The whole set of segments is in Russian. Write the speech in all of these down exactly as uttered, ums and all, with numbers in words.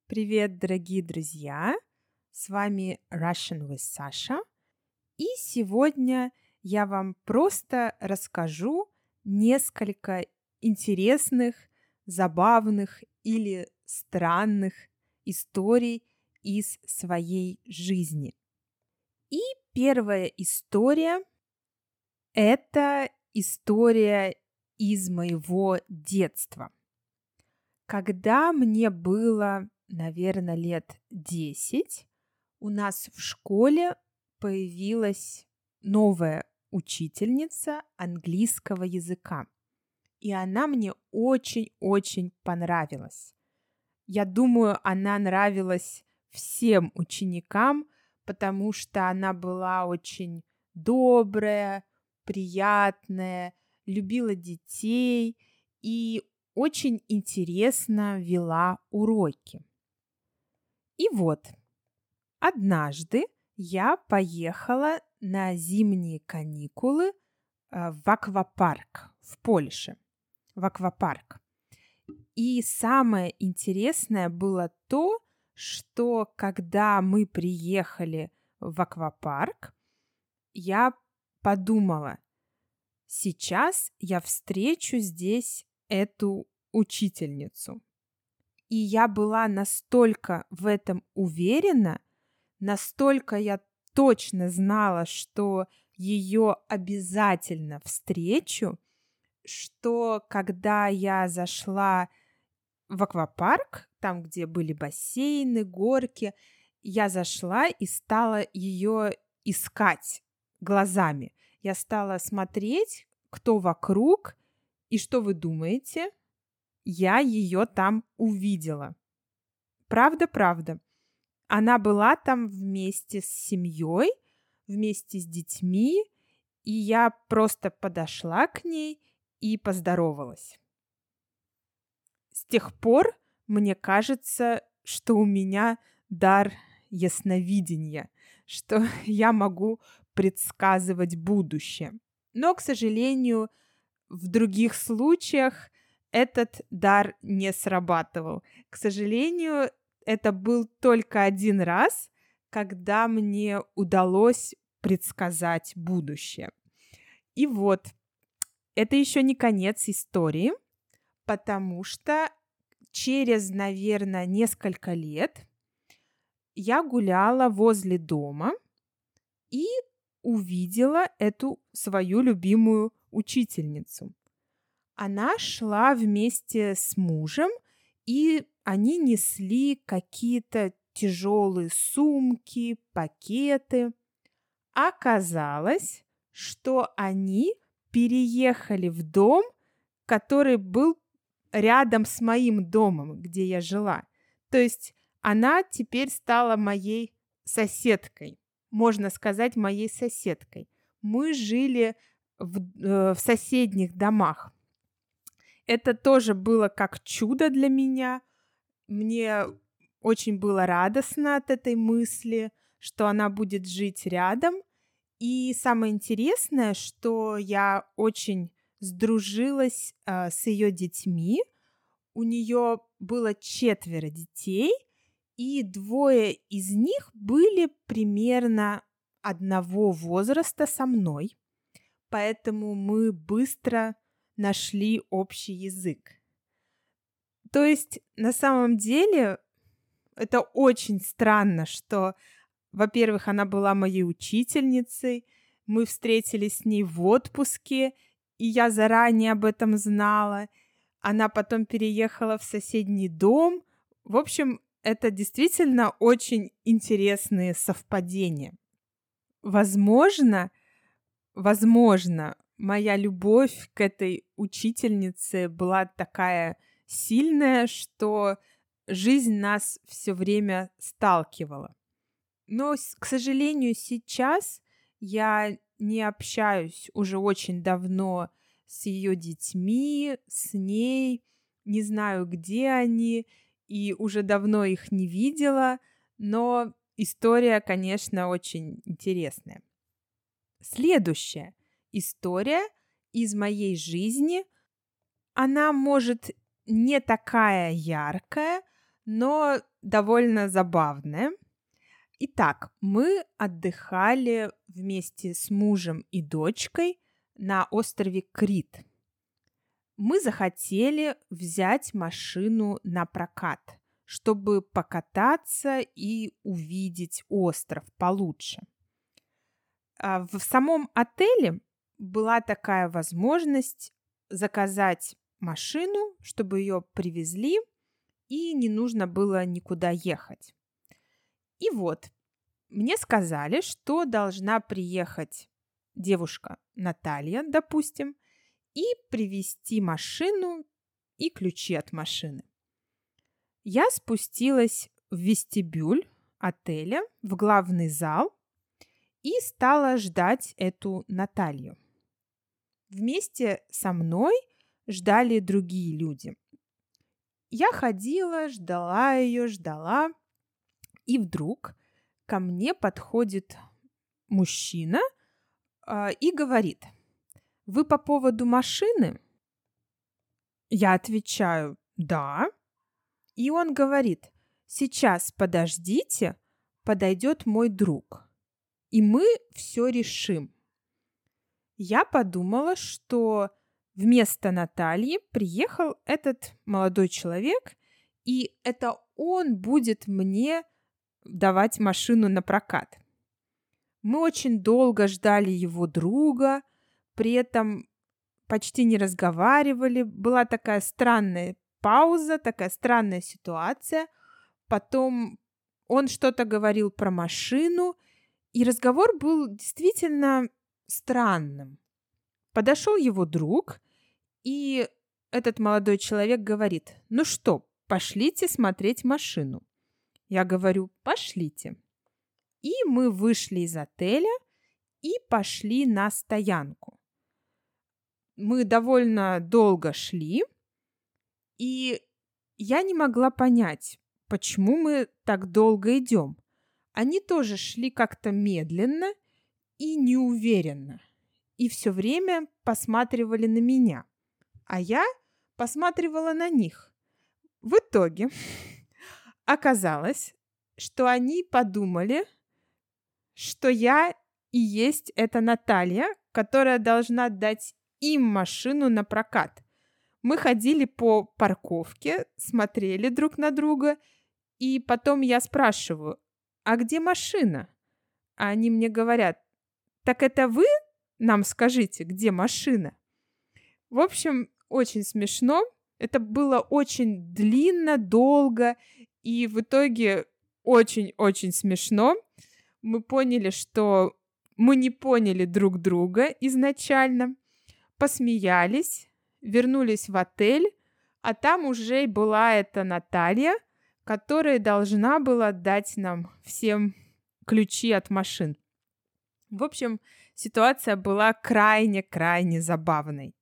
Привет, дорогие друзья! С вами Russian with Sasha. И сегодня я вам просто расскажу несколько интересных, забавных или странных историй из своей жизни. И первая история– это история из моего детства. Когда мне было, наверное, лет десять, у нас в школе появилась новая учительница английского языка. И она мне очень-очень понравилась. Я думаю, она нравилась всем ученикам, потому что она была очень добрая, приятная, любила детей и очень интересно вела уроки. И вот, однажды я поехала на зимние каникулы э, в аквапарк в Польше, в аквапарк. И самое интересное было то, что когда мы приехали в аквапарк, я подумала, сейчас я встречу здесь эту учительницу. И я была настолько в этом уверена, настолько я точно знала, что ее обязательно встречу, что когда я зашла в аквапарк, там, где были бассейны, горки, я зашла и стала ее искать глазами. Я стала смотреть, кто вокруг, и что вы думаете? Я ее там увидела. Правда-правда. Она была там вместе с семьей, вместе с детьми, и я просто подошла к ней и поздоровалась. С тех пор мне кажется, что у меня дар ясновидения, что я могу предсказывать будущее. Но, к сожалению, в других случаях этот дар не срабатывал. К сожалению, это был только один раз, когда мне удалось предсказать будущее. И вот, это еще не конец истории, потому что через, наверное, несколько лет я гуляла возле дома и увидела эту свою любимую учительницу. Она шла вместе с мужем, и они несли какие-то тяжелые сумки, пакеты. Оказалось, что они переехали в дом, который был рядом с моим домом, где я жила. То есть она теперь стала моей соседкой, можно сказать, моей соседкой. Мы жили в, э, в соседних домах. Это тоже было как чудо для меня. Мне очень было радостно от этой мысли, что она будет жить рядом. И самое интересное, что я очень сдружилась э, с ее детьми. У нее было четверо детей, и двое из них были примерно одного возраста со мной. Поэтому мы быстро нашли общий язык. То есть на самом деле это очень странно, что, во-первых, она была моей учительницей, мы встретились с ней в отпуске, и я заранее об этом знала. Она потом переехала в соседний дом. В общем, это действительно очень интересные совпадения. Возможно, возможно, моя любовь к этой учительнице была такая сильная, что жизнь нас все время сталкивала. Но, к сожалению, сейчас я не общаюсь уже очень давно с ее детьми, с ней, не знаю, где они, и уже давно их не видела, но история, конечно, очень интересная. Следующая история из моей жизни, она может не такая яркая, но довольно забавное. Итак, мы отдыхали вместе с мужем и дочкой на острове Крит. Мы захотели взять машину на прокат, чтобы покататься и увидеть остров получше. А в самом отеле была такая возможность заказать машину, чтобы ее привезли, и не нужно было никуда ехать. И вот, мне сказали, что должна приехать девушка Наталья, допустим, и привезти машину и ключи от машины. Я спустилась в вестибюль отеля, в главный зал, и стала ждать эту Наталью. Вместе со мной ждали другие люди. Я ходила, ждала ее, ждала, и вдруг ко мне подходит мужчина э, и говорит: «Вы по поводу машины?» Я отвечаю: «Да». И он говорит: «Сейчас подождите, подойдет мой друг, и мы все решим». Я подумала, что вместо Натальи приехал этот молодой человек, и это он будет мне давать машину на прокат. Мы очень долго ждали его друга, при этом почти не разговаривали. Была такая странная пауза, такая странная ситуация. Потом он что-то говорил про машину, и разговор был действительно странным. Подошел его друг, и этот молодой человек говорит: «Ну что, пошлите смотреть машину». Я говорю: «Пошлите». И мы вышли из отеля и пошли на стоянку. Мы довольно долго шли, и я не могла понять, почему мы так долго идем. Они тоже шли как-то медленно и неуверенно, и все время посматривали на меня, а я посматривала на них. В итоге оказалось, что они подумали, что я и есть эта Наталья, которая должна дать им машину на прокат. Мы ходили по парковке, смотрели друг на друга, и потом я спрашиваю: «А где машина?» А они мне говорят: «Так это вы нам скажите, где машина?» В общем, очень смешно. Это было очень длинно, долго, и в итоге очень-очень смешно. Мы поняли, что мы не поняли друг друга изначально, посмеялись, вернулись в отель, а там уже была эта Наталья, которая должна была дать нам всем ключи от машин. В общем, ситуация была крайне-крайне забавной.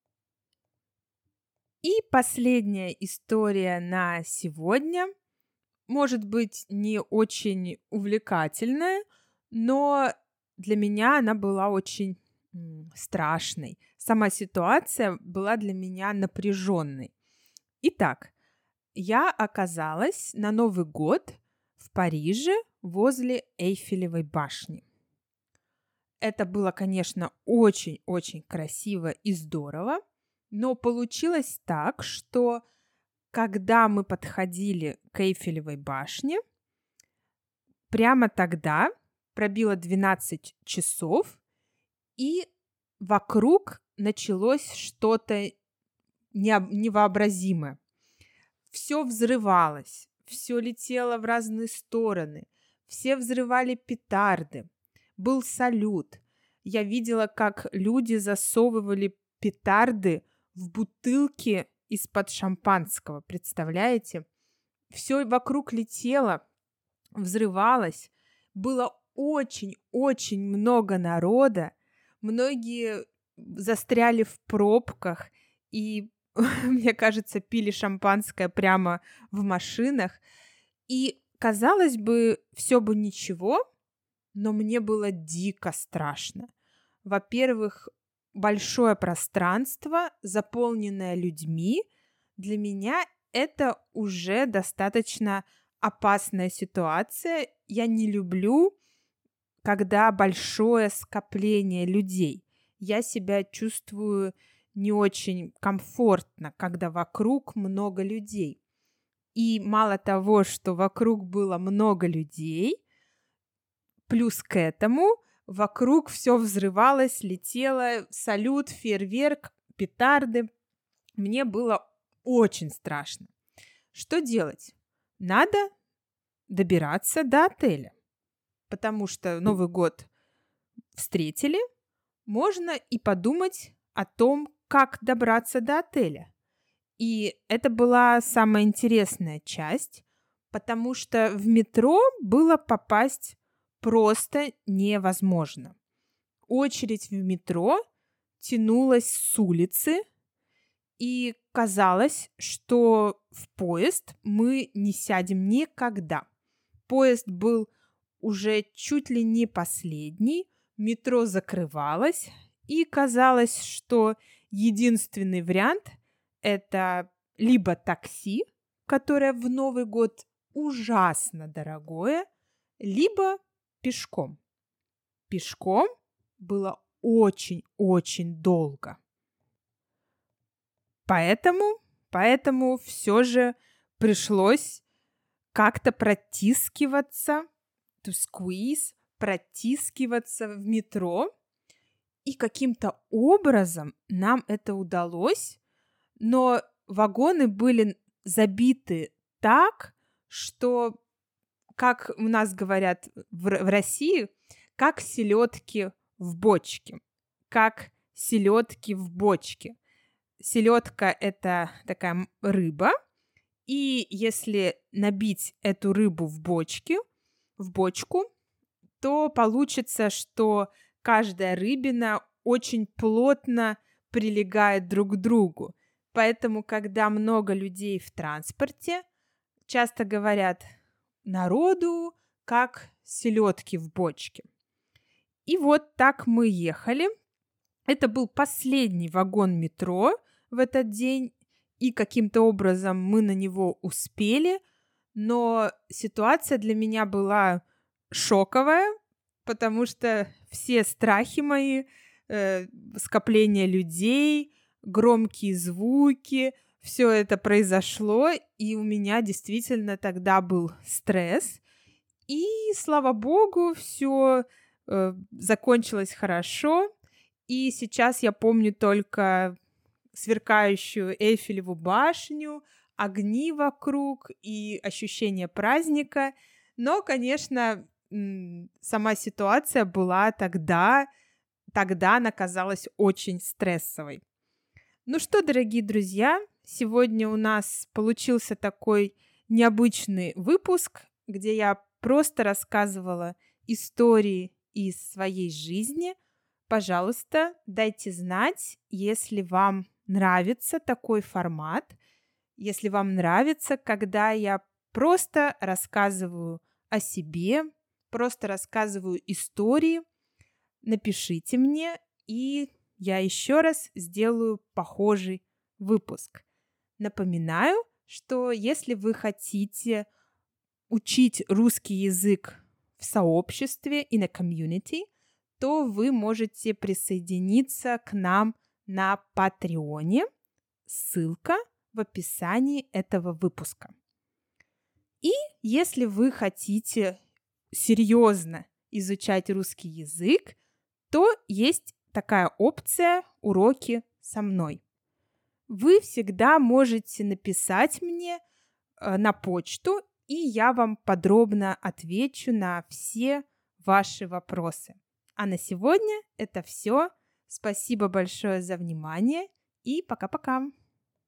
И последняя история на сегодня, может быть, не очень увлекательная, но для меня она была очень м, страшной. Сама ситуация была для меня напряженной. Итак, я оказалась на Новый год в Париже возле Эйфелевой башни. Это было, конечно, очень-очень красиво и здорово, но получилось так, что когда мы подходили к Эйфелевой башне, прямо тогда пробило двенадцать часов, и вокруг началось что-то невообразимое. Все взрывалось, все летело в разные стороны, все взрывали петарды, был салют. Я видела, как люди засовывали петарды в бутылки из-под шампанского, представляете? Все вокруг летело, взрывалось, было очень-очень много народа, многие застряли в пробках и, мне кажется, пили шампанское прямо в машинах. И, казалось бы, все бы ничего, но мне было дико страшно. Во-первых, большое пространство, заполненное людьми. Для меня это уже достаточно опасная ситуация. Я не люблю, когда большое скопление людей. Я себя чувствую не очень комфортно, когда вокруг много людей. И мало того, что вокруг было много людей, плюс к этому вокруг все взрывалось, летело, салют, фейерверк, петарды. Мне было очень страшно. Что делать? Надо добираться до отеля, потому что Новый год встретили, можно и подумать о том, как добраться до отеля. И это была самая интересная часть, потому что в метро было попасть просто невозможно. Очередь в метро тянулась с улицы, и казалось, что в поезд мы не сядем никогда. Поезд был уже чуть ли не последний, метро закрывалось, и казалось, что единственный вариант – это либо такси, которое в Новый год ужасно дорогое, либо пешком. Пешком было очень-очень долго. Поэтому, поэтому все же пришлось как-то протискиваться, to squeeze, протискиваться в метро. И каким-то образом нам это удалось, но вагоны были забиты так, что, как у нас говорят в, в России, как селедки в бочке. Как селедки в бочке. Селедка – это такая рыба, и если набить эту рыбу в бочке, в бочку, то получится, что каждая рыбина очень плотно прилегает друг к другу. Поэтому, когда много людей в транспорте, часто говорят народу, как селедки в бочке. И вот так мы ехали. Это был последний вагон метро в этот день, и каким-то образом мы на него успели, но ситуация для меня была шоковая, потому что все страхи мои, э, скопление людей, громкие звуки, все это произошло, и у меня действительно тогда был стресс. И, слава богу, все э, закончилось хорошо. И сейчас я помню только сверкающую Эйфелеву башню, огни вокруг и ощущение праздника. Но, конечно, сама ситуация была тогда, тогда она казалась очень стрессовой. Ну что, дорогие друзья, сегодня у нас получился такой необычный выпуск, где я просто рассказывала истории из своей жизни. Пожалуйста, дайте знать, если вам нравится такой формат, если вам нравится, когда я просто рассказываю о себе, просто рассказываю истории, напишите мне, и я еще раз сделаю похожий выпуск. Напоминаю, что если вы хотите учить русский язык в сообществе in a community, то вы можете присоединиться к нам на Патреоне. Ссылка в описании этого выпуска. И если вы хотите серьезно изучать русский язык, то есть такая опция «Уроки со мной». Вы всегда можете написать мне э, на почту, и я вам подробно отвечу на все ваши вопросы. А на сегодня это все. Спасибо большое за внимание и пока-пока.